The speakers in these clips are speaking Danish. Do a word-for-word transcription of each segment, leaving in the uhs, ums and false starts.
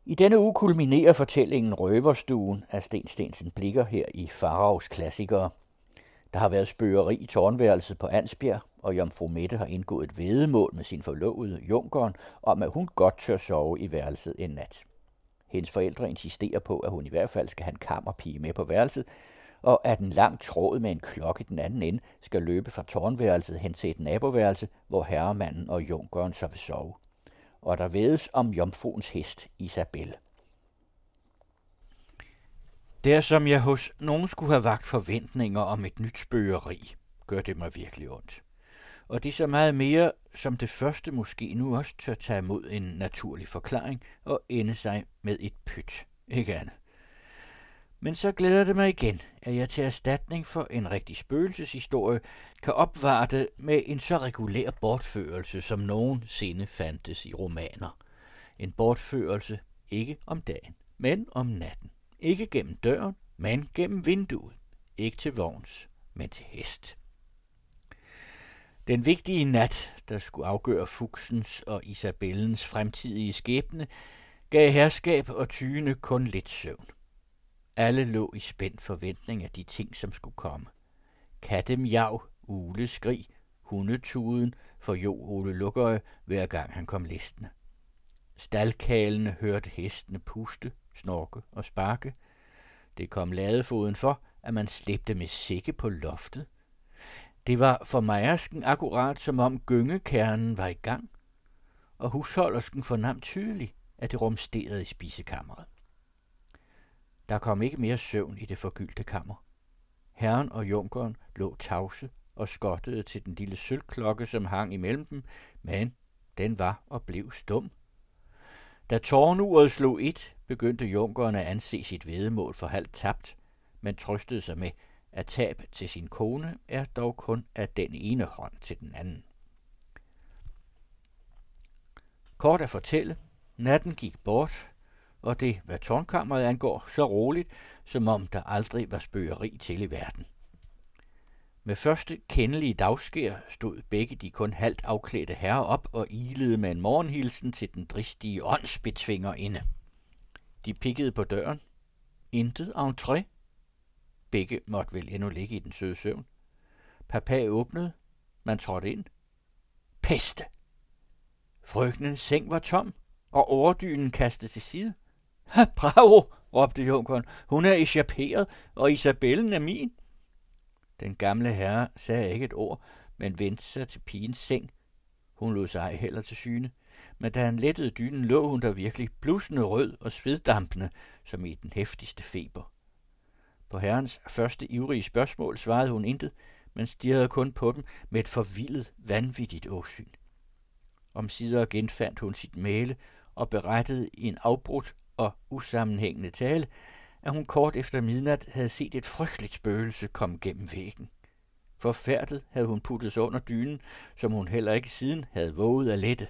I denne uge kulminerer fortællingen Røverstuen af Steen Steensen Blicher her i Faraos Klassikere. Der har været spøgeri i tårnværelset på Ansbjerg, og jomfru Mette har indgået et væddemål med sin forlovede Junkeren om, at hun godt tør sove i værelset en nat. Hendes forældre insisterer på, at hun i hvert fald skal have en kammerpige med på værelset, og at en lang tråd med en klokke i den anden ende skal løbe fra tårnværelset hen til et naboværelse, hvor herremanden og Junkeren så vil sove. Og der vædes om jomfruens hest Isabelle. Der som jeg hos nogen skulle have vagt forventninger om et nyt spøgeri, gør det mig virkelig ondt. Og det er så meget mere, som det første måske nu også tør tage imod en naturlig forklaring og ende sig med et pyt, ikke andet. Men så glæder det mig igen, at jeg til erstatning for en rigtig spøgelseshistorie kan opvarte med en så regulær bortførelse, som nogensinde fandtes i romaner. En bortførelse ikke om dagen, men om natten. Ikke gennem døren, men gennem vinduet. Ikke til vogns, men til hest. Den vigtige nat, der skulle afgøre Fuchsens og Isabellens fremtidige skæbne, gav herskab og tyne kun lidt søvn. Alle lå i spændt forventning af de ting, som skulle komme. Kattemjav, uleskrig, hundetuden for Jo Ole Lukøje, hver gang han kom listende. Staldkalene hørte hestene puste, snorke og sparke. Det kom ladefoden for, at man slæbte med sække på loftet. Det var for mejersken akkurat, som om gyngekernen var i gang, og husholdersken fornam tydeligt, at det rumsterede i spisekammeret. Der kom ikke mere søvn i det forgyldte kammer. Herren og junkeren lå tavse og skottede til den lille sølvklokke, som hang imellem dem, men den var og blev stum. Da tårnuret slog et, begyndte junkeren at anse sit væddemål for halvt tabt, men trøstede sig med, at tab til sin kone er dog kun af den ene hånd til den anden. Kort at fortælle, natten gik bort, og det, hvad tårnkammeret angår, så roligt, som om der aldrig var spøgeri til i verden. Med første kendelige dagskær stod begge de kun halvt afklædte herrer op og ilede med en morgenhilsen til den dristige åndsbetvinger inde. De pikkede på døren. Intet entré. Begge måtte vel endnu ligge i den søde søvn. Papa åbnede. Man trådte ind. Peste! Frøkenens seng var tom, og overdynen kastet til side. Ha, bravo, råbte junkeren. Hun er echaperet, og Isabellen er min. Den gamle herre sagde ikke et ord, men vendte sig til pigens seng. Hun lod sig heller til syne, men da han lettede dynen, lå hun der virkelig blusende rød og sveddampende, som i den heftigste feber. På herrens første ivrige spørgsmål svarede hun intet, men stirrede kun på dem med et forvildet, vanvittigt åsyn. Omsider genfandt hun sit mæle og berettede i en afbrudt og usammenhængende tale, at hun kort efter midnat havde set et frygteligt spøgelse komme gennem væggen. Forfærdet havde hun puttet sig under dynen, som hun heller ikke siden havde våget at lette.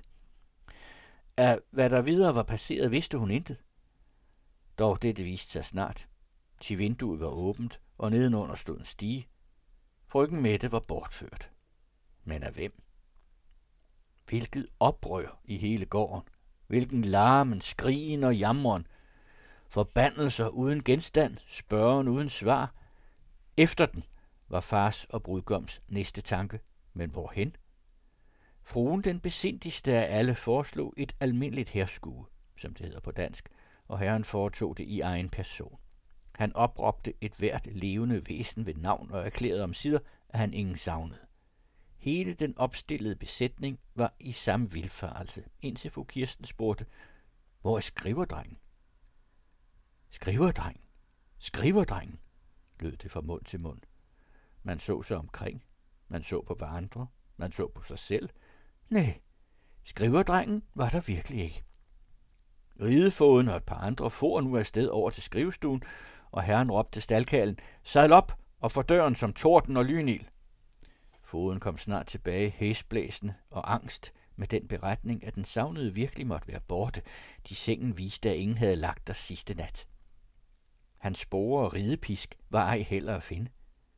Af hvad der videre var passeret, vidste hun intet. Dog dette viste sig snart. Til vinduet var åbent, og nedenunder stod en stige. Frøken Mette var bortført. Men af hvem? Hvilket oprør i hele gården. Hvilken larmen, skrigen og jammeren. Forbandelser uden genstand, spørgen uden svar. Efter den var fars og brudgoms næste tanke. Men hvorhen? Fruen den besindigste af alle foreslog et almindeligt herskue, som det hedder på dansk, og herren foretog det i egen person. Han opråbte et hvert levende væsen ved navn og erklærede omsider, at han ingen savnede. Hele den opstillede besætning var i samme vildfarelse, indtil fru Kirsten spurgte, hvor er skriverdrengen? Skriverdrengen? Skriverdrengen? Lød det fra mund til mund. Man så sig omkring, man så på hverandre, man så på sig selv. Nej, skriverdrengen var der virkelig ikke. Ridefoden og et par andre for nu afsted over til skrivestuen, og herren råbte til staldkallen, sadl op og for døren som torden og lynil. Foden kom snart tilbage, hæsblæsende og angst, med den beretning, at den savnede virkelig måtte være borte. De sengen viste, at ingen havde lagt der sidste nat. Hans spore og ridepisk var ej heller at finde.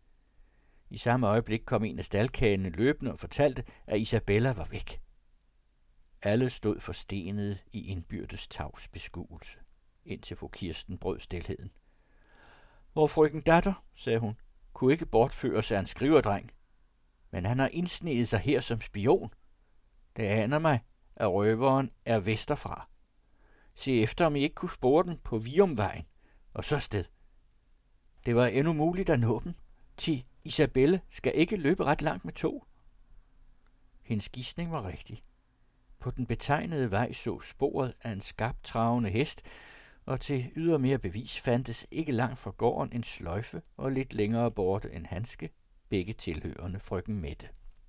I samme øjeblik kom en af staldkalene løbende og fortalte, at Isabella var væk. Alle stod forstenede i indbyrdes tavs beskuelse, indtil fru Kirsten brød stilheden. Vor frøken datter, sagde hun, kunne ikke bortføres af en skriverdreng, men han har indsneget sig her som spion. Det aner mig, at røveren er vesterfra. Se efter, om I ikke kunne spore den på Viumvejen, og så sted. Det var endnu muligt at nå dem, til Isabelle skal ikke løbe ret langt med tog. Hendes gisning var rigtig. På den betegnede vej så sporet af en skarpt travende hest, og til ydermere bevis fandtes ikke langt fra gården en sløjfe og lidt længere borte en handske, begge tilhørende frøken Mette.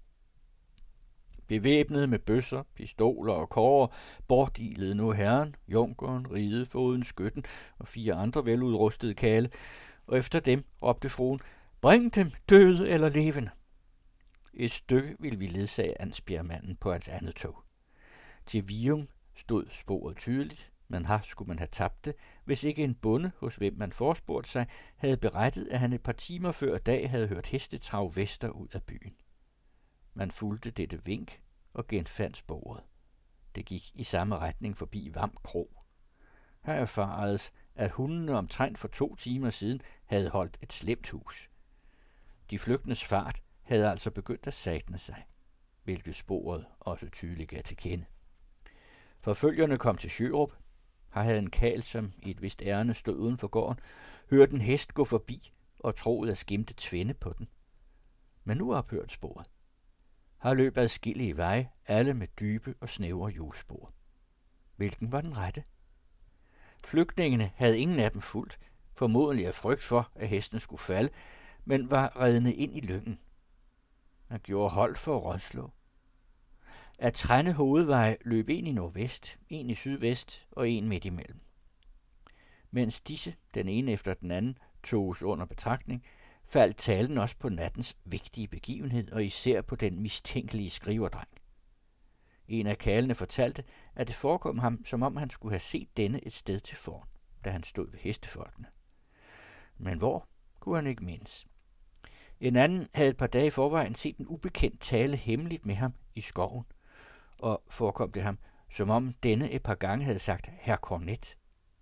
Bevæbnet med bøsser, pistoler og kårer, bortilede nu herren, junkeren, ridefoden, skytten og fire andre veludrustede kale, og efter dem råbte fruen, bring dem, døde eller levende. Et stykke ville vi ledsage Ansbjergmanden på hans andet tog. Til Vium stod sporet tydeligt, men har skulle man have tabt det, hvis ikke en bonde, hos hvem man forspurgte sig, havde berettet, at han et par timer før dag havde hørt hestetrav vester ud af byen. Man fulgte dette vink og genfandt sporet. Det gik i samme retning forbi Vam Kro. Her erfaredes, at hundene omtrent for to timer siden havde holdt et slemt hus. De flygtendes fart havde altså begyndt at satne sig, hvilket sporet også tydeligt gav til kende. Forfølgerne kom til Sjørup. Her havde en karl, som i et vist ærne stod uden for gården, hørt en hest gå forbi og troede at skimte tvende på den. Men nu ophørte sporet. Her løb adskillige veje, alle med dybe og snævre hjulspor. Hvilken var den rette? Flygtningene havde ingen af dem fulgt, formodentlig af frygt for, at hesten skulle falde, men var redne ind i lyngen. Man gjorde hold for at rådslå. Af trænde hovedveje løb en i nordvest, en i sydvest og en midt imellem. Mens disse, den ene efter den anden, toges under betragtning, faldt talen også på nattens vigtige begivenhed, og især på den mistænkelige skriverdreng. En af kalene fortalte, at det forekom ham, som om han skulle have set denne et sted til forn, da han stod ved hestefolkene. Men hvor, kunne han ikke mindes. En anden havde et par dage i forvejen set en ubekendt tale hemmeligt med ham i skoven, og forekom det ham, som om denne et par gange havde sagt herr Cornet.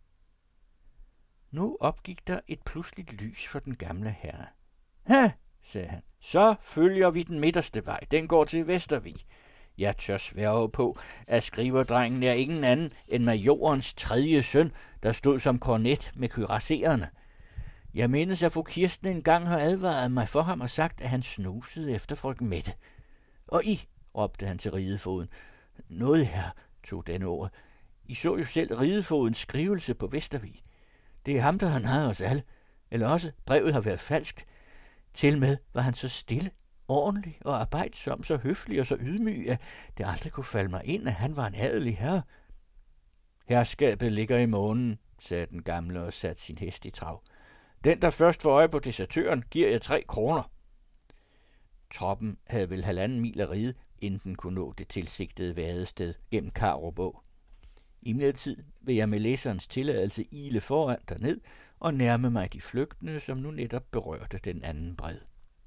Nu opgik der et pludseligt lys for den gamle herre. Ha, sagde han, så følger vi den midterste vej, den går til Vestervig. Jeg tør sværge på, at skriverdrengen er ingen anden end majorens tredje søn, der stod som kornet med kyrassererne. Jeg mindes, at fru Kirsten engang har advaret mig for ham og sagt, at han snusede efter frøken Mette. Og I, råbte han til ridefoden. Noget her, tog denne ord. I så jo selv ridefodens skrivelse på Vestervig. Det er ham, der har naret os alle. Eller også brevet har været falskt. Til med var han så stille, ordentlig og arbejdsom, så høflig og så ydmyg, at det aldrig kunne falde mig ind, at han var en adelig herre. Herskabet ligger i månen, sagde den gamle og satte sin hest i trav. Den, der først får øje på desertøren, giver jeg tre kroner. Troppen havde vel halvanden mil at ride, inden den kunne nå det tilsigtede vadested gennem Karup Å. Imidlertid vil jeg med læserens tilladelse ile foran derned og nærme mig de flygtende, som nu netop berørte den anden bred.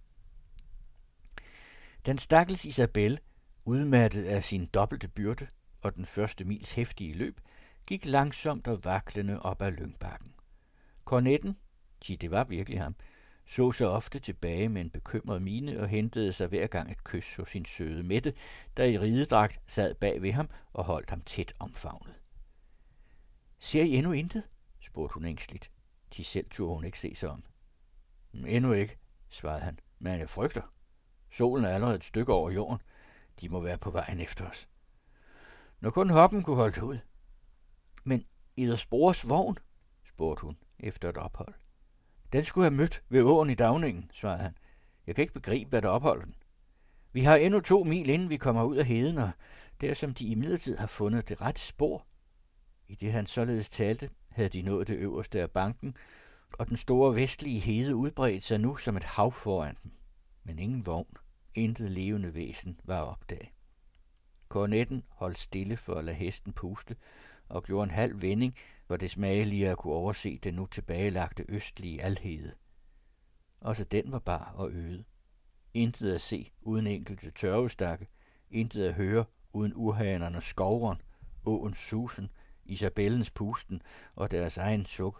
Den stakkels Isabelle, udmattet af sin dobbelte byrde og den første mils heftige løb, gik langsomt og vaklende op ad lyngbakken. Kornetten, si det var virkelig ham, så sig ofte tilbage med en bekymret mine og hentede sig hver gang et kys hos sin søde Mette, der i ridedragt sad bag ved ham og holdt ham tæt omfavnet. Ser I endnu intet? Spurgte hun ængstligt. De selv turde hun ikke se sig om. Endnu ikke, svarede han, men jeg frygter. Solen er allerede et stykke over jorden. De må være på vejen efter os. Når kun hoppen kunne holde ud. Men Eders brors vogn? Spurgte hun efter et ophold. Den skulle have mødt ved åen i Dagningen, svarede han. Jeg kan ikke begribe, hvad der opholder den. Vi har endnu to mil, inden vi kommer ud af heden, og der som de imidlertid har fundet det rette spor. I det han således talte, havde de nået det øverste af banken, og den store vestlige hede udbredte sig nu som et hav foran dem. Men ingen vogn, intet levende væsen var opdaget. Kornetten holdt stille for at lade hesten puste, og gjorde en halv vending, hvor det smagelige at kunne overse den nu tilbagelagte østlige alhede. Også den var bar og øde. Intet at se uden enkelte tørvestakke, intet at høre uden urhanerne skovren, åens susen, Isabellens pusten og deres egen sukke.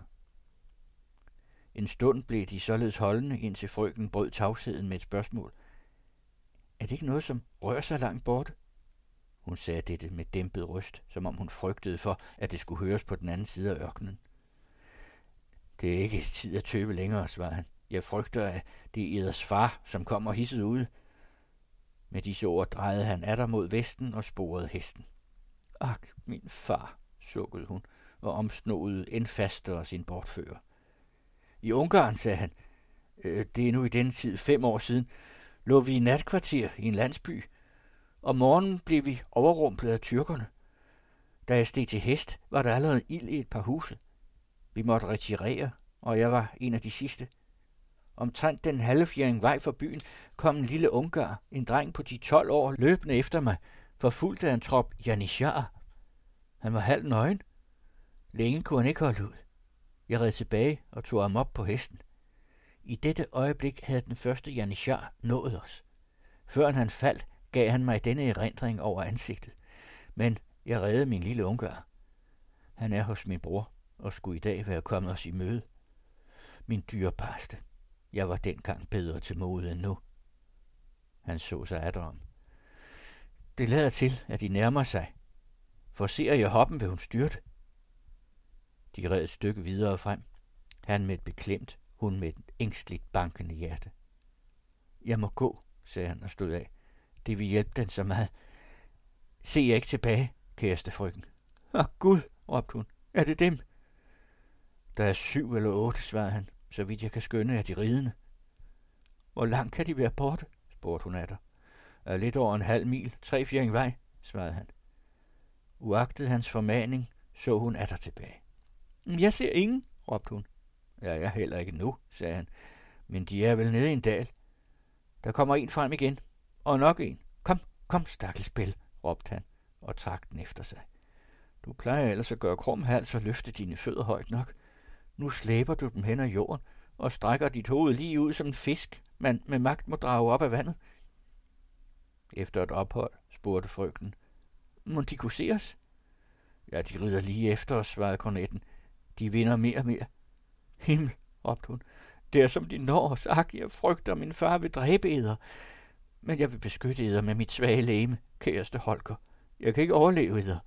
En stund blev de således holdende, indtil frøken brød tavsheden med et spørgsmål. Er det ikke noget, som rører sig langt borte? Hun sagde dette med dæmpet røst, som om hun frygtede for, at det skulle høres på den anden side af ørkenen. Det er ikke tid at tøve længere, svarede han. Jeg frygter, at det er eders far, som kommer hisset ude. Med disse ord drejede han atter mod vesten og sporede hesten. Ak, min far, sukkede hun og omsnodede end fastere sin bortfører. I Ungarn, sagde han, øh, det er nu i denne tid fem år siden, lå vi i natkvarter i en landsby. Om morgenen blev vi overrumplet af tyrkerne. Da jeg steg til hest, var der allerede ild i et par huse. Vi måtte retirere, og jeg var en af de sidste. Omtrent den halvfjering vej fra byen kom en lille ungar, en dreng på de tolv år, løbende efter mig, forfulgt af en trop janitsjar. Han var halv nøgen. Længe kunne han ikke holde ud. Jeg red tilbage og tog ham op på hesten. I dette øjeblik havde den første janitsjar nået os. Før han faldt, gav han mig denne erindring over ansigtet. Men jeg reddede min lille ungar. Han er hos min bror og skulle i dag være kommet os i møde. Min dyrebarste. Jeg var dengang bedre til mode end nu. Han så sig atter om. Det lader til, at de nærmer sig. For ser jeg hoppen, vil hun styrte. De red et stykke videre frem. Han med et beklemt, hun med et ængstligt bankende hjerte. Jeg må gå, sagde han og stod af. Det vil hjælpe den så meget. Se jeg ikke tilbage, kæreste frøken. Åh Gud, råbte hun. Er det dem? Der er syv eller otte, svarede han. Så vidt jeg kan skønne, er de ridende. Hvor langt kan de være borte? Spurgte hun atter. Er lidt over en halv mil, tre fjering vej, svarede han. Uagtet hans formaning, så hun atter tilbage. Jeg ser ingen, råbte hun. Ja, jeg heller ikke nu, sagde han. Men de er vel nede i en dal. Der kommer en frem igen, og nok en. Kom, kom, stakkels Bell, råbte han og trak den efter sig. Du plejer ellers at gøre krum hals og løfte dine fødder højt nok. Nu slæber du dem hen ad jorden og strækker dit hoved lige ud som en fisk, man med magt må drage op af vandet. Efter et ophold spurgte frøken. Må de kunne se os? Ja, de rider lige efter os, svarede kornetten. De vinder mere og mere. Himmel, råbte hun. Det er som de når os. Ak, jeg frygter, min far vil dræbe eder. Men jeg vil beskytte eder med mit svage legeme, kæreste Holger. Jeg kan ikke overleve eder.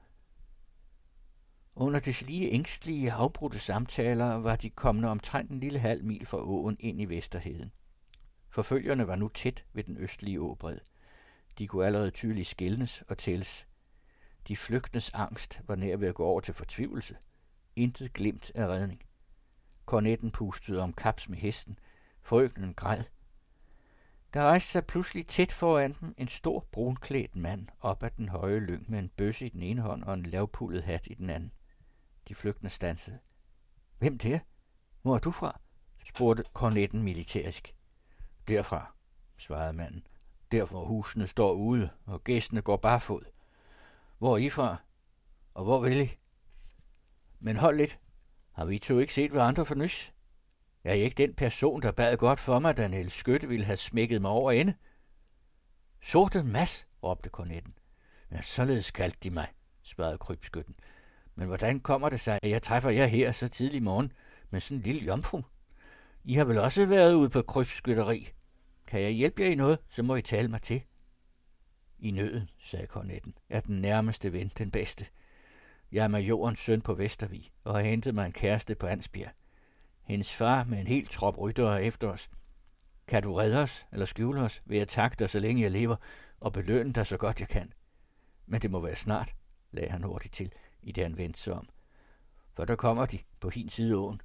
Under des lige ængstlige, afbrudte samtaler var de kommende omtrent en lille halv mil fra åen ind i Vesterheden. Forfølgerne var nu tæt ved den østlige åbred. De kunne allerede tydeligt skelnes og tælles. De flygtendes angst var nær ved at gå over til fortvivlelse. Intet glimt af redning. Kornetten pustede om kaps med hesten. Frøkenen græd. Der rejste sig pludselig tæt foran dem en stor brunklædt mand op ad den høje lyng med en bøsse i den ene hånd og en lavpullet hat i den anden. De flygtende stansede. Hvem det? Hvor er du fra? Spurgte kornetten militærisk. Derfra, svarede manden. Der hvor husene står ude, og gæstene går barfod. Hvor er I fra? Og hvor vil I? Men hold lidt. Har vi to ikke set hverandre for nys? Jeg er ikke den person, der bad godt for mig, da Niels Skytte ville have smækket mig over ende. Sorte Mads, råbte kornetten. Ja, således kaldte de mig, svarede krybskytten. Men hvordan kommer det sig, at jeg træffer jer her så tidlig morgen med sådan en lille jomfru? I har vel også været ude på krybskytteri. Kan jeg hjælpe jer i noget, så må I tale mig til. I nøden, sagde kornetten, er den nærmeste ven den bedste. Jeg er majorens søn på Vestervig og har hentet mig en kæreste på Ansbjerg. Hendes far med en hel trop ryttere efter os. Kan du redde os eller skjule os, vil jeg takke dig, så længe jeg lever, og belønne dig så godt jeg kan. Men det må være snart, lagde han hurtigt til, i det han vendte sig om. For der kommer de på hin side åen.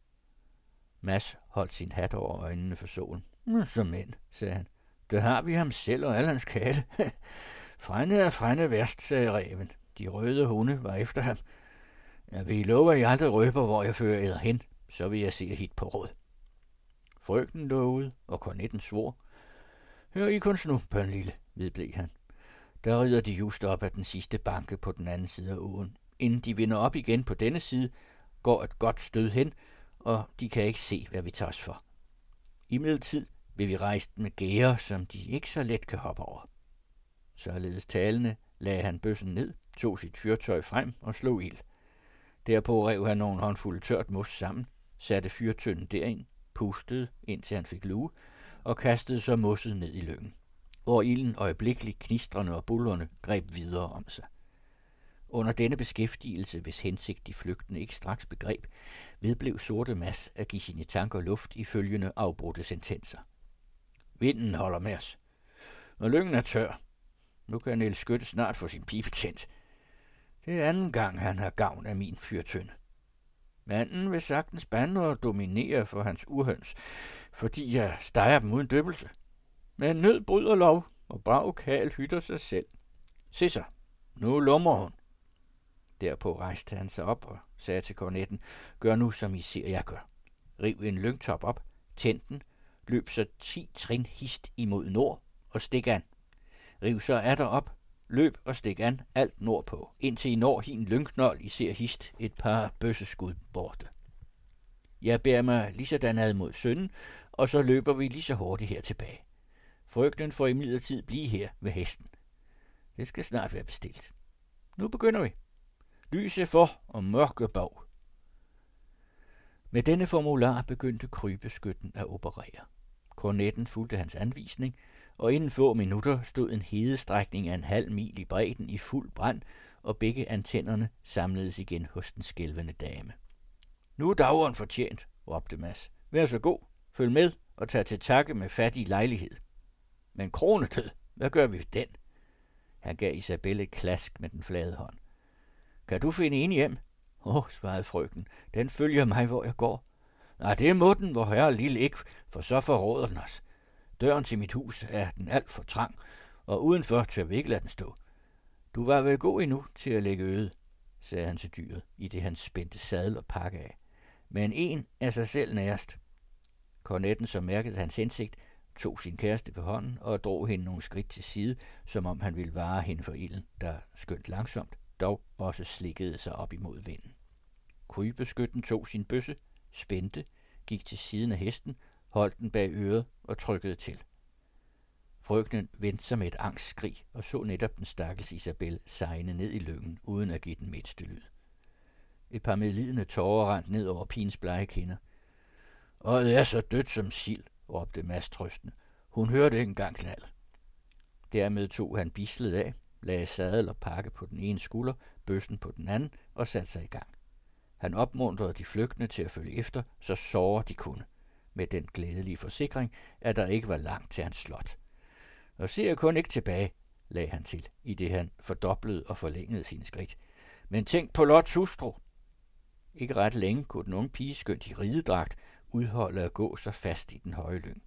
Mads holdt sin hat over øjnene for solen. Så mænd, sagde han. Der har vi ham selv og alle hans katte. Frænde er frænde værst, sagde ræven. De røde hunde var efter ham. Jeg vil love, at jeg aldrig røber, hvor jeg fører æder hen. Så vil jeg se hit på råd. Frøken lovede, og kornetten svor. Hør I kun nu, bønlille, vedblev han. Der rider de just op ad den sidste banke på den anden side af åen. Inden de vinder op igen på denne side, går et godt stød hen, og de kan ikke se, hvad vi tager os for. I midlertid vil vi rejse med gære, som de ikke så let kan hoppe over. Således talende lagde han bøssen ned, tog sit fyrtøj frem og slog ild. Derpå rev han nogle håndfulde tørt mos sammen, satte fyrtønden derind, pustede, indtil han fik luge, og kastede så mosset ned i lyngen, hvor ilden øjeblikkeligt knistrende og bullerne greb videre om sig. Under denne beskæftigelse, hvis hensigt de flygtende ikke straks begreb, vedblev Sorte Mads at give sine tanker luft i følgende afbrudte sentenser. Vinden holder med os, og lyngen er tør. Nu kan Niels Skytte snart få sin pibe tændt. Det er anden gang, han har gavn af min fyrtønde. Manden vil sagtens bande og dominere for hans urhøns, fordi jeg steger dem uden døbelse. Men nød bryder lov, og brav kal hytter sig selv. Se så, nu lummer hun. Derpå rejste han sig op og sagde til kornetten, gør nu, som I ser, jeg gør. Riv en lyngtop op, tænd den, løb så ti trin hist imod nord og stik an. Riv så atter op, løb og stik an alt nordpå, indtil I når hin lyngknold, I ser hist et par bøsseskud borte. Jeg bærer mig lige sådan ad mod sønnen, og så løber vi lige så hurtigt her tilbage. Frøknen får imidlertid blive her ved hesten. Det skal snart være bestilt. Nu begynder vi. Lyse for og mørke bag. Med denne formular begyndte krybeskytten at operere. Kornetten fulgte hans anvisning, og inden få minutter stod en hedestrækning af en halv mil i bredden i fuld brand, og begge antennerne samledes igen hos den skælvende dame. Nu er dageren fortjent, råbte Mads. Vær så god, følg med og tag til takke med fattig lejlighed. Men kronetød, hvad gør vi ved den? Han gav Isabelle et klask med den flade hånd. Kan du finde en hjem? Åh, oh, svarede frøken, den følger mig, hvor jeg går. Nej, det må den, hvor herre lille ikke, for så forråder den os. Døren til mit hus er den alt for trang, og udenfor tør vi ikke lade den stå. Du var vel god endnu til at lægge øde, sagde han til dyret, i det han spændte sadel og pakke af. Men en er sig selv nærest. Kornetten, som mærkede hans hensigt, tog sin kæreste ved hånden og drog hende nogle skridt til side, som om han ville vare hende for ilden, der skønt langsomt, dog også slikkede sig op imod vinden. Krybeskytten tog sin bøsse, spændte, gik til siden af hesten, holdt den bag øret og trykkede til. Frøknen vendte sig med et angstskrig og så netop den stakkels Isabel sejne ned i lyngen, uden at give den mindste lyd. Et par medlidende tårer rant ned over pigens blege kinder. Og det er så dødt som sild, råbte Mads trøstende. Hun hørte ikke engang knald. Dermed tog han bislet af, lagde sadel og pakke på den ene skulder, bøssen på den anden og satte sig i gang. Han opmuntrede de flygtende til at følge efter, så såre de kunne, med den glædelige forsikring, at der ikke var langt til hans slot. Og ser jeg kun ikke tilbage, lagde han til, i det han fordoblede og forlængede sine skridt. Men tænk på Lots hustru. Ikke ret længe kunne den unge pige, skønt i ridedragt, udholde at gå så fast i den høje lyng.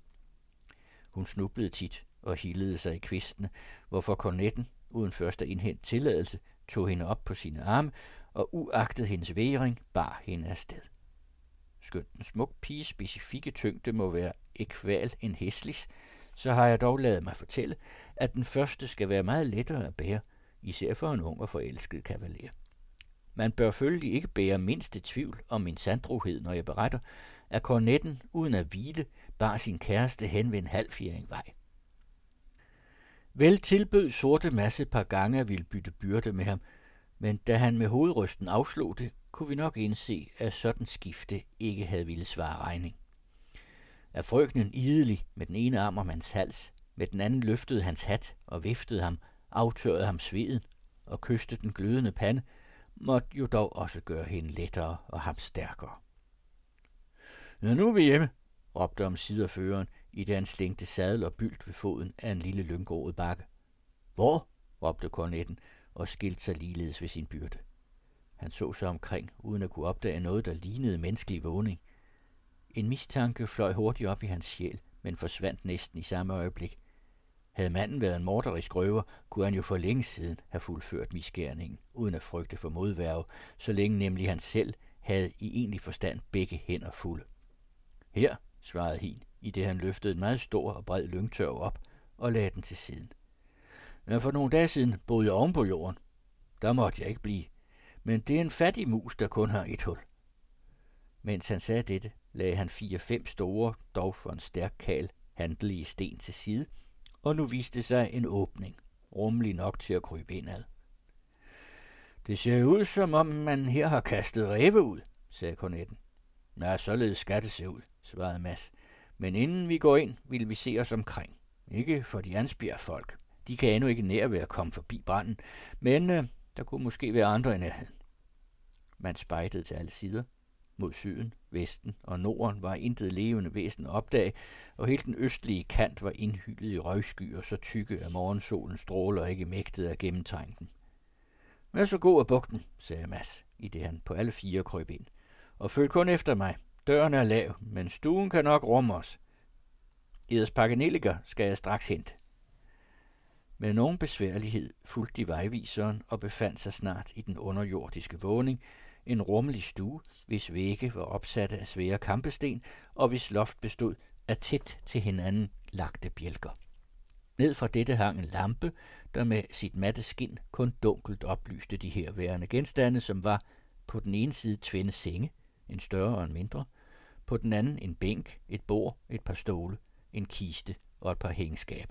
Hun snublede tit og hildede sig i kvistene, hvorfor kornetten, uden først at indhente tilladelse, tog hende op på sine arme og uagtet hendes vægring bar hende afsted. Skønt den smuk piges specifikke tyngde må være ekval en hæslis, så har jeg dog ladet mig fortælle, at den første skal være meget lettere at bære, især for en ung og forelsket kavaler. Man bør følgelig ikke bære mindste tvivl om min sandrohed, når jeg beretter, at kornetten uden at hvile bar sin kæreste hen ved en halvfjering vej. Vel tilbød Sorte Mads et par gange at ville bytte byrde med ham, men da han med hovedrysten afslog det, kunne vi nok indse, at sådan skifte ikke havde ville svare regning. At frøknen idelig med den ene arm om hans hals, med den anden løftede hans hat og viftede ham, aftørrede ham sveden og kyste den glødende pande, måtte jo dog også gøre hende lettere og ham stærkere. Nå, nu er vi hjemme, råbte om siderføreren, i det han slængte sadel og bylt ved foden af en lille lynggroet bakke. Hvor? råbte kornetten og skilte sig ligeledes ved sin byrde. Han så sig omkring, uden at kunne opdage noget, der lignede menneskelig vågning. En mistanke fløj hurtigt op i hans sjæl, men forsvandt næsten i samme øjeblik. Havde manden været en morderisk røver, kunne han jo for længe siden have fuldført misgerningen, uden at frygte for modværge, så længe nemlig han selv havde i egentlig forstand begge hænder fulde. Her, svarede hin, i det han løftede en meget stor og bred lyngtørv op og lagde den til siden. Men for nogle dage siden boede jeg oven på jorden. Der måtte jeg ikke blive, men det er en fattig mus, der kun har et hul. Mens han sagde dette, lagde han fire-fem store, dog for en stærk kal, handelige sten til side, og nu viste sig en åbning, rummelig nok til at krybe indad. Det ser ud, som om man her har kastet ræve ud, sagde kornetten. Ja, således skal det se ud, svarede Mads. Men inden vi går ind, vil vi se os omkring. Ikke for de Ansbjerg folk. De kan endnu ikke nær ved at komme forbi branden, men øh, der kunne måske være andre i nærheden. Man spejdede til alle sider. Mod syden, vesten og norden var intet levende væsen at opdage, og hele den østlige kant var indhyllet i røgskyer, så tykke af morgensolens stråler ikke mægtede at gennemtrænge den. Vær så god af bugten, sagde Mads, i det han på alle fire krøb ind. Og følg kun efter mig. Døren er lav, men stuen kan nok rumme os. Eders pakkenelliker skal jeg straks hente. Med nogen besværlighed fulgte de vejviseren og befandt sig snart i den underjordiske våning, en rummelig stue, hvis vægge var opsatte af svære kampesten, og hvis loft bestod af tæt til hinanden lagte bjælker. Ned fra dette hang en lampe, der med sit matte skin kun dunkelt oplyste de her værende genstande, som var på den ene side tvende senge, en større og en mindre, på den anden en bænk, et bord, et par stole, en kiste og et par hængeskabe.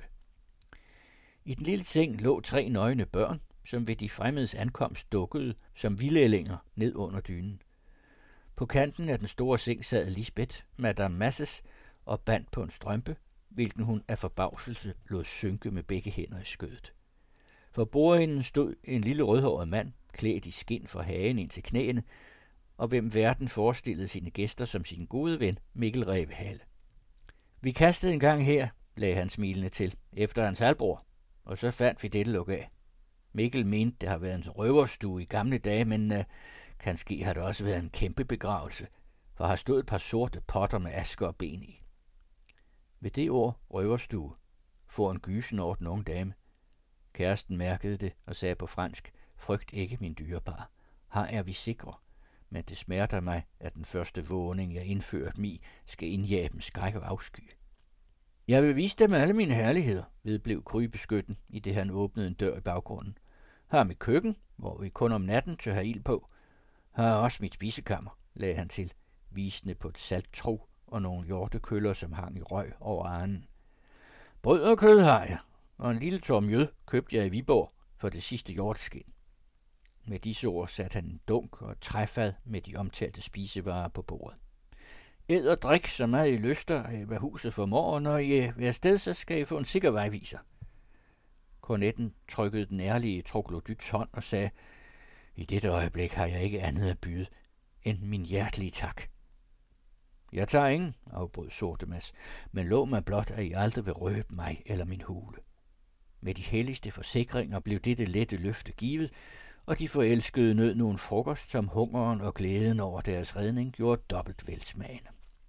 I den lille seng lå tre nøgne børn, som ved de fremmedes ankomst dukkede som vildællinger ned under dynen. På kanten af den store seng sad Lisbeth, Madame Masses, og bandt på en strømpe, hvilken hun af forbavselse lod synke med begge hænder i skødet. For bordenden stod en lille rødhåret mand, klædt i skind fra hagen ind til knæene, og hvem verden forestillede sine gæster som sin gode ven Mikkel Rævehale. Vi kastede en gang her, lagde han smilende til, efter hans halvbror, og så fandt vi dette luk af. Mikkel mente, det har været en røverstue i gamle dage, men uh, kanskje har det også været en kæmpe begravelse, for har stået et par sorte potter med asker og ben i. Ved det ord, røverstue, får en gysen over den unge dame. Kæresten mærkede det og sagde på fransk, frygt ikke, min dyrebare. Her er vi sikre, men det smerter mig, at den første vågning, jeg indført mig, skal indjage dem skræk og afsky. Jeg vil vise dem alle mine herligheder, vedblev krybeskytten, i det han åbnede en dør i baggrunden. Her er mit køkken, hvor vi kun om natten tør have ild på. Her er også mit spisekammer, lagde han til, visende på et salttro og nogle hjortekøller, som hang i røg over arnen. Brød og kød har jeg, og en lille tår mjød købte jeg i Viborg for det sidste hjorteskind. Med disse ord satte han en dunk og et træfad med de omtalte spisevarer på bordet. Æd og drik så meget I lyster, hvad huset formår, og når I er afsted, så skal I få en sikker vejviser. Kornetten trykkede den ærlige troglodyts hånd og sagde, i dette øjeblik har jeg ikke andet at byde end min hjertelige tak. Jeg tager ingen, afbrød Sortemas, men lov mig blot, at I aldrig vil røbe mig eller min hule. Med de helligste forsikringer blev dette lette løfte givet, og de forelskede nød nogen frokost, som hungeren og glæden over deres redning gjorde dobbelt velsmagende.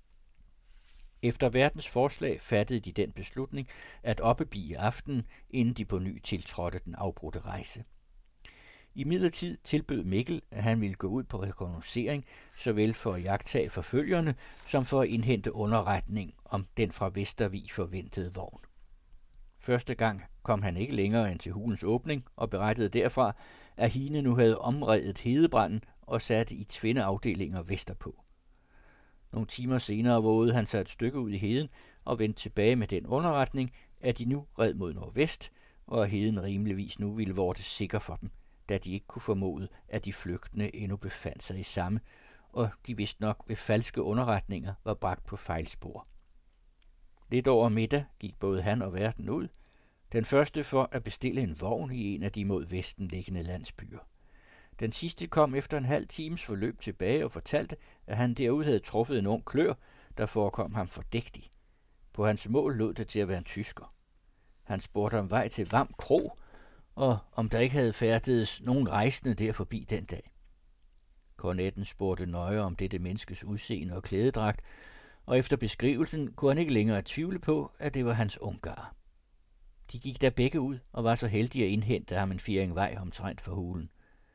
Efter verdens forslag fattede de den beslutning at oppebie aftenen, inden de på ny tiltrådte den afbrudte rejse. I midlertid tilbød Mikkel, at han ville gå ud på rekognoscering, såvel for at jagttage forfølgerne, som for at indhente underretning om den fra Vestervig forventede vogn. Første gang kom han ikke længere end til hulens åbning og berettede derfra, at Hine nu havde omredet hedebranden og satte i tvindeafdelinger vesterpå. Nogle timer senere vågede han sig et stykke ud i heden og vendte tilbage med den underretning, at de nu red mod nordvest, og at heden rimeligvis nu ville vorte sikker for dem, da de ikke kunne formode, at de flygtende endnu befandt sig i samme, og de vist nok ved falske underretninger var bragt på fejlspor. Lidt over middag gik både han og værten ud, den første for at bestille en vogn i en af de mod vesten liggende landsbyer. Den sidste kom efter en halv times forløb tilbage og fortalte, at han derude havde truffet en ung klør, der forekom ham fordægtig. På hans mål lod det til at være en tysker. Han spurgte om vej til Vam Kro, og om der ikke havde færdedes nogen rejsende der forbi den dag. Kornetten spurgte nøje om dette menneskes udseende og klædedragt, og efter beskrivelsen kunne han ikke længere tvivle på, at det var hans ungar. De gik der begge ud og var så heldige at indhente ham en firing vej omtrent for hulen.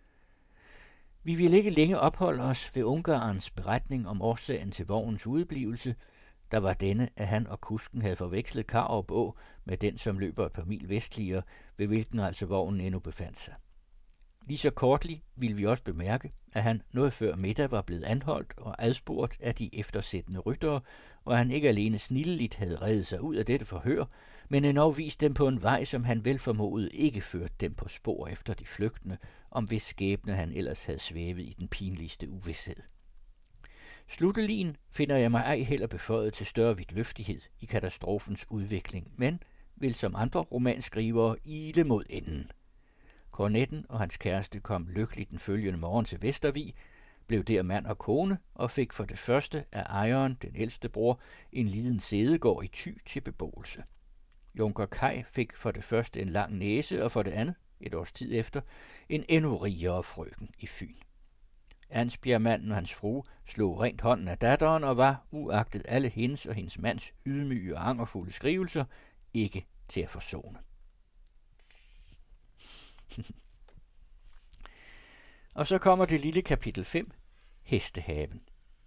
Vi ville ikke længe opholde os ved ungarens beretning om årsagen til vognens udeblivelse. Der var denne, at han og kusken havde forvekslet Karup Å med den, som løber et par mil vestligere, ved hvilken altså vognen endnu befandt sig. Lige så kortligt ville vi også bemærke, at han noget før middag var blevet anholdt og adspurgt af de eftersættende ryttere, og han ikke alene snilleligt havde reddet sig ud af dette forhør, men endnu vist dem på en vej, som han vel formodede ikke førte dem på spor efter de flygtende, om hvis skæbne han ellers havde svævet i den pinligste uvished. Sluttelien finder jeg mig ej heller beføjet til større vidtløftighed i katastrofens udvikling, men vil som andre romanskrivere ile mod enden. Kornetten og hans kæreste kom lykkeligt den følgende morgen til Vestervig, blev der mand og kone og fik for det første af ejeren, den ældste bror, en liden sædegård i Thy til beboelse. Junker Kaj fik for det første en lang næse og for det andet, et års tid efter, en endnu rigere frøken i Fyn. Ansbjergmanden og hans frue slog rent hånden af datteren og var, uagtet alle hendes og hendes mands ydmyge og angerfulde skrivelser, ikke til at forsone. Og så kommer det lille kapitel fem, Hestehaven.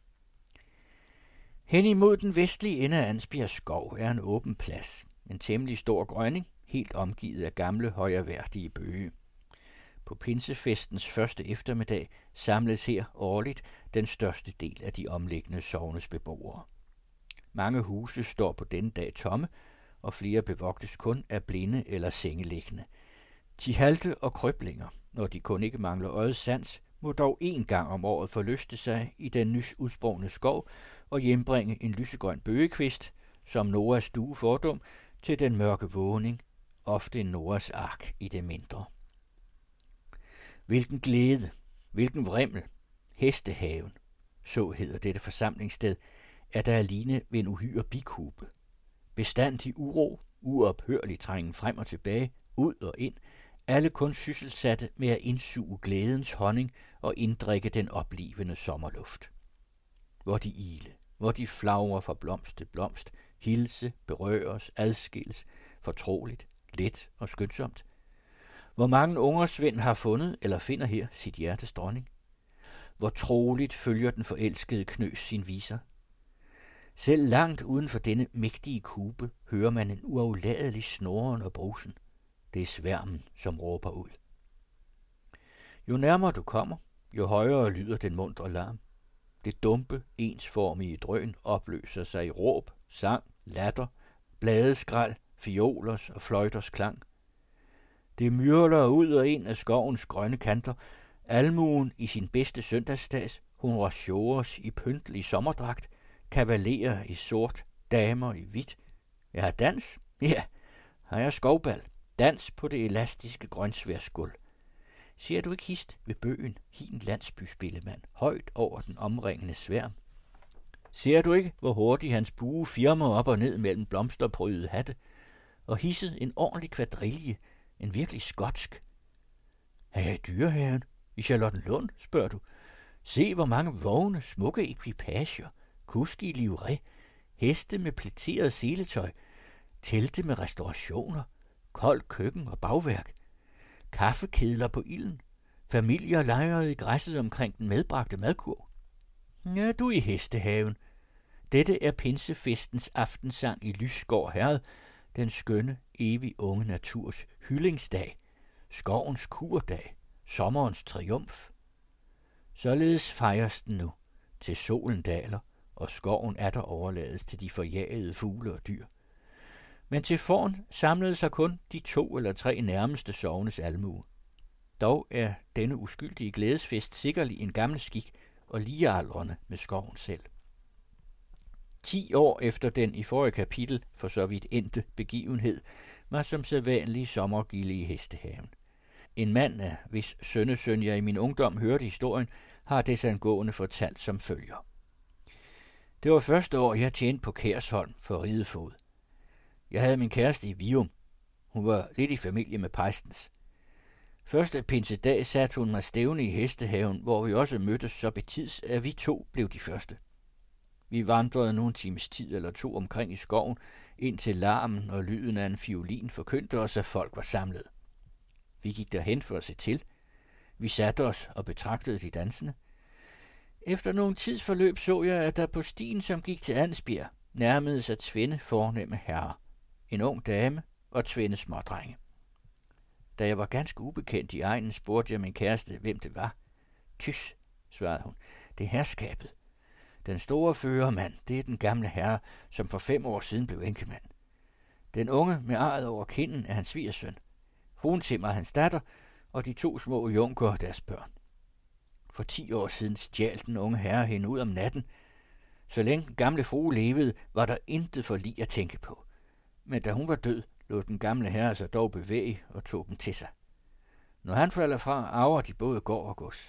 Hen imod den vestlige ende af Ansbjerg skov er en åben plads, en temmelig stor grønning, helt omgivet af gamle højreværdige bøge. På pinsefestens første eftermiddag samles her årligt den største del af de omliggende sognes beboere. Mange huse står på denne dag tomme, og flere bevogtes kun af blinde eller sengeliggende. De halte og krøblinger, når de kun ikke mangler øjets sans, må dog en gang om året forlyste sig i den nys udsprungne skov og hjembringe en lysegrøn bøgekvist, som Noahs stuefordum, til den mørke vågning, ofte en Noahs ark i det mindre. Hvilken glæde, hvilken vrimmel, Hestehaven, så hedder dette forsamlingssted, er der alene ved en uhyre bikube. Bestandig uro, uophørlig trængen frem og tilbage, ud og ind, alle kun sysselsatte med at indsuge glædens honning og inddrikke den oplivende sommerluft. Hvor de ile, hvor de flagrer fra blomst til blomst, hilse, berøres, adskilles, fortroligt, let og skønsomt. Hvor mange ungersvend har fundet eller finder her sit hjertes dronning. Hvor troligt følger den forelskede knøs sin viser. Selv langt uden for denne mægtige kube hører man en uafladelig snoren og brusen. Det er sværmen, som råber ud. Jo nærmere du kommer, jo højere lyder den muntre larm. Det dumpe, ensformige drøn opløser sig i råb, sang, latter, bladeskrald, fiolers og fløjters klang. Det myrler ud og ind af skovens grønne kanter, almuen i sin bedste søndagsstads, honoratiores i pyntelig sommerdragt, kavalerer i sort, damer i hvidt. Jeg har dans? Ja, har jeg skovbal. Dans på det elastiske grønsværsgulv. Ser du ikke hist ved bøgen, hin landsbyspillemand, højt over den omringende sværm? Ser du ikke, hvor hurtigt hans bue firmer op og ned mellem blomsterprydede hatte, og hisset en ordentlig kvadrille, en virkelig skotsk? Er jeg i Dyrehaven? I Charlottenlund, spørger du. Se, hvor mange vogne, smukke ekvipager, kuske i livret, heste med pleteret seletøj, telte med restaurationer, koldt køkken og bagværk, kaffekedler på ilden, familier lejrede i græsset omkring den medbragte madkurv. Ja, du er i Hestehaven. Dette er pinsefestens aftensang i Lysgård Herred, den skønne, evig unge naturs hyllingsdag, skovens kurdag, sommerens triumf. Således fejres den nu, til solen daler, og skoven atter overlades til de forjagede fugle og dyr. Men til forn samlede sig kun de to eller tre nærmeste sognes almue. Dog er denne uskyldige glædesfest sikkerlig en gammel skik og ligealdrende med skoven selv. Ti år efter den i forrige kapitel for så vidt endte begivenhed, var som sædvanlig sommergilde i Hestehaven. En mand, af hvis sønnesøn jeg i min ungdom hørte historien, har desangående fortalt som følger. Det var første år, jeg tjente på Kærsholm for ridefod. Jeg havde min kæreste i Vium. Hun var lidt i familie med præstens. Første pinsedag satte hun mig stævne i Hestehaven, hvor vi også mødtes så betids, at vi to blev de første. Vi vandrede nu en times tid eller to omkring i skoven, indtil larmen og lyden af en fiolin forkyndte os, at folk var samlet. Vi gik derhen for at se til. Vi satte os og betragtede de dansende. Efter nogen tids forløb så jeg, at der på stien, som gik til Ansbjerg, nærmede sig tvende fornemme herrer. En ung dame og tvende smådrenge. Da jeg var ganske ubekendt i egnen, spurgte jeg min kæreste, hvem det var. Tys, svarede hun, det er herskabet. Den store førermand, det er den gamle herre, som for fem år siden blev enkemand. Den unge med arret over kinden er hans svigersøn. Fruentimmer er hans datter, og de to små junker deres børn. For ti år siden stjal den unge herre hende ud om natten. Så længe den gamle frue levede, var der intet for lige at tænke på. Men da hun var død, lod den gamle herre sig dog bevæge og tog dem til sig. Når han falder fra, arver de både gård og gods.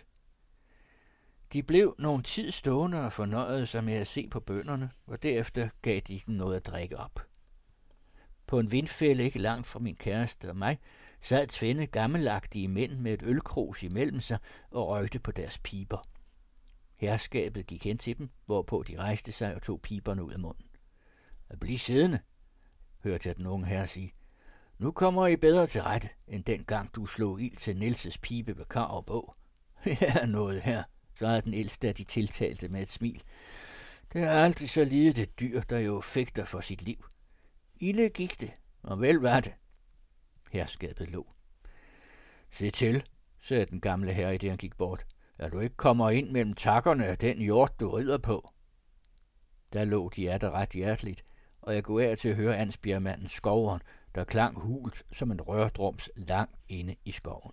De blev nogle tid stående og fornøjede sig med at se på bønderne, og derefter gav de dem noget at drikke op. På en vindfælde ikke langt fra min kæreste og mig, sad tvende gammelagtige mænd med et ølkrus imellem sig og røgte på deres piber. Herskabet gik hen til dem, hvorpå de rejste sig og tog piberne ud af munden. Bliv siddende, hørte jeg den unge herre sige. Nu kommer I bedre til rette, end dengang du slog ild til Nielses pibe ved Karup Å. Ja, noget her, svarede den ældste, at de tiltalte med et smil. Det er aldrig så lidet et dyr, der jo fægter for sit liv. Ilde gik det, og vel var det. Herskabet lå. Se til, sagde den gamle herre, i det han gik bort, at du ikke kommer ind mellem takkerne af den hjort, du rider på. Der lå de atter ret hjerteligt, og jeg går af til at høre Ansbjergmanden Skoveren, der klang hult som en rørdrums langt inde i skoven.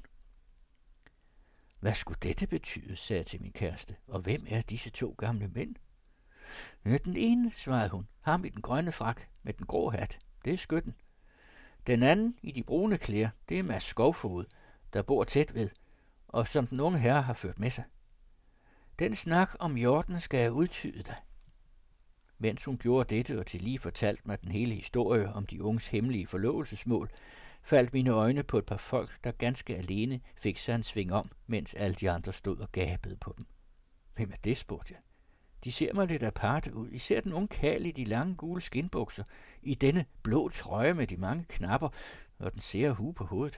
Hvad skulle dette betyde, sagde jeg til min kæreste, og hvem er disse to gamle mænd? Ja, den ene, svarede hun, ham i den grønne frak med den grå hat, det er skytten. Den anden i de brune klæder, det er Mads Skovfod, der bor tæt ved, og som den unge herre har ført med sig. Den snak om hjorten skal jeg udtyde dig. Mens hun gjorde dette og til lige fortalte mig den hele historie om de unges hemmelige forlovelsesmål, faldt mine øjne på et par folk, der ganske alene fik sig en sving om, mens alle de andre stod og gabede på dem. Hvem er det, spurgte jeg. De ser mig lidt aparte ud, især den unge karl i de lange gule skinbukser, i denne blå trøje med de mange knapper og den sære hue på hovedet.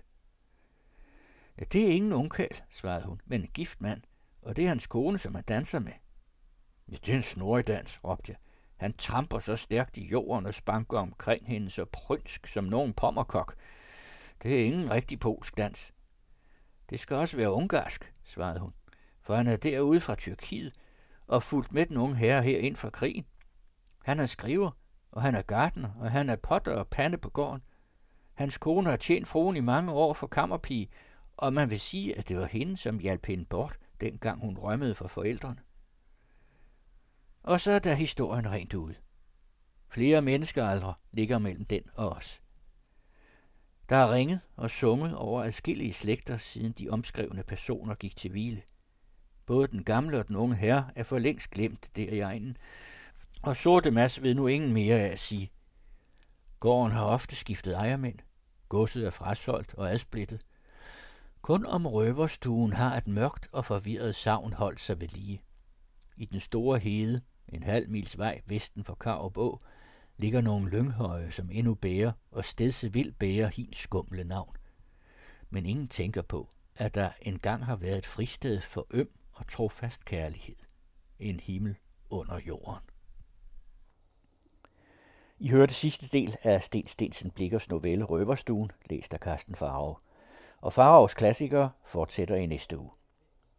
Ja, det er ingen ungkarl, svarede hun, men en gift mand, og det er hans kone, som han danser med. Ja, det er en snoridans, råbte jeg. Han tramper så stærkt i jorden og spanker omkring hende så prynsk som nogen pommerkok. Det er ingen rigtig polsk dans. Det skal også være ungarsk, svarede hun, for han er derude fra Tyrkiet og fulgt med den unge herre her ind fra krigen. Han er skriver, og han er gartner, og han er potter og pande på gården. Hans kone har tjent fruen i mange år for kammerpige, og man vil sige, at det var hende, som hjalp hende bort, dengang hun rømmede fra forældrene. Og så er der historien rent ude. Flere menneskealdre ligger mellem den og os. Der er ringet og sunget over adskillige slægter, siden de omskrevne personer gik til hvile. Både den gamle og den unge herre er for længst glemt der i egnen, og Sorte Mads ved nu ingen mere af at sige. Gården har ofte skiftet ejermænd. Godset er frasolgt og adsplittet. Kun om røverstuen har et mørkt og forvirret savn holdt sig ved lige. I den store hede, en halv mils vej vesten for Karup Å, ligger nogle lynghøje, som endnu bærer og stedse vil bære hins skumle navn. Men ingen tænker på, at der engang har været et fristed for øm og trofast kærlighed. En himmel under jorden. I hørte sidste del af Sten Steensen Blichers novelle Røverstuen, læst af Karsten Pharao. Og Pharaos klassikere fortsætter i næste uge.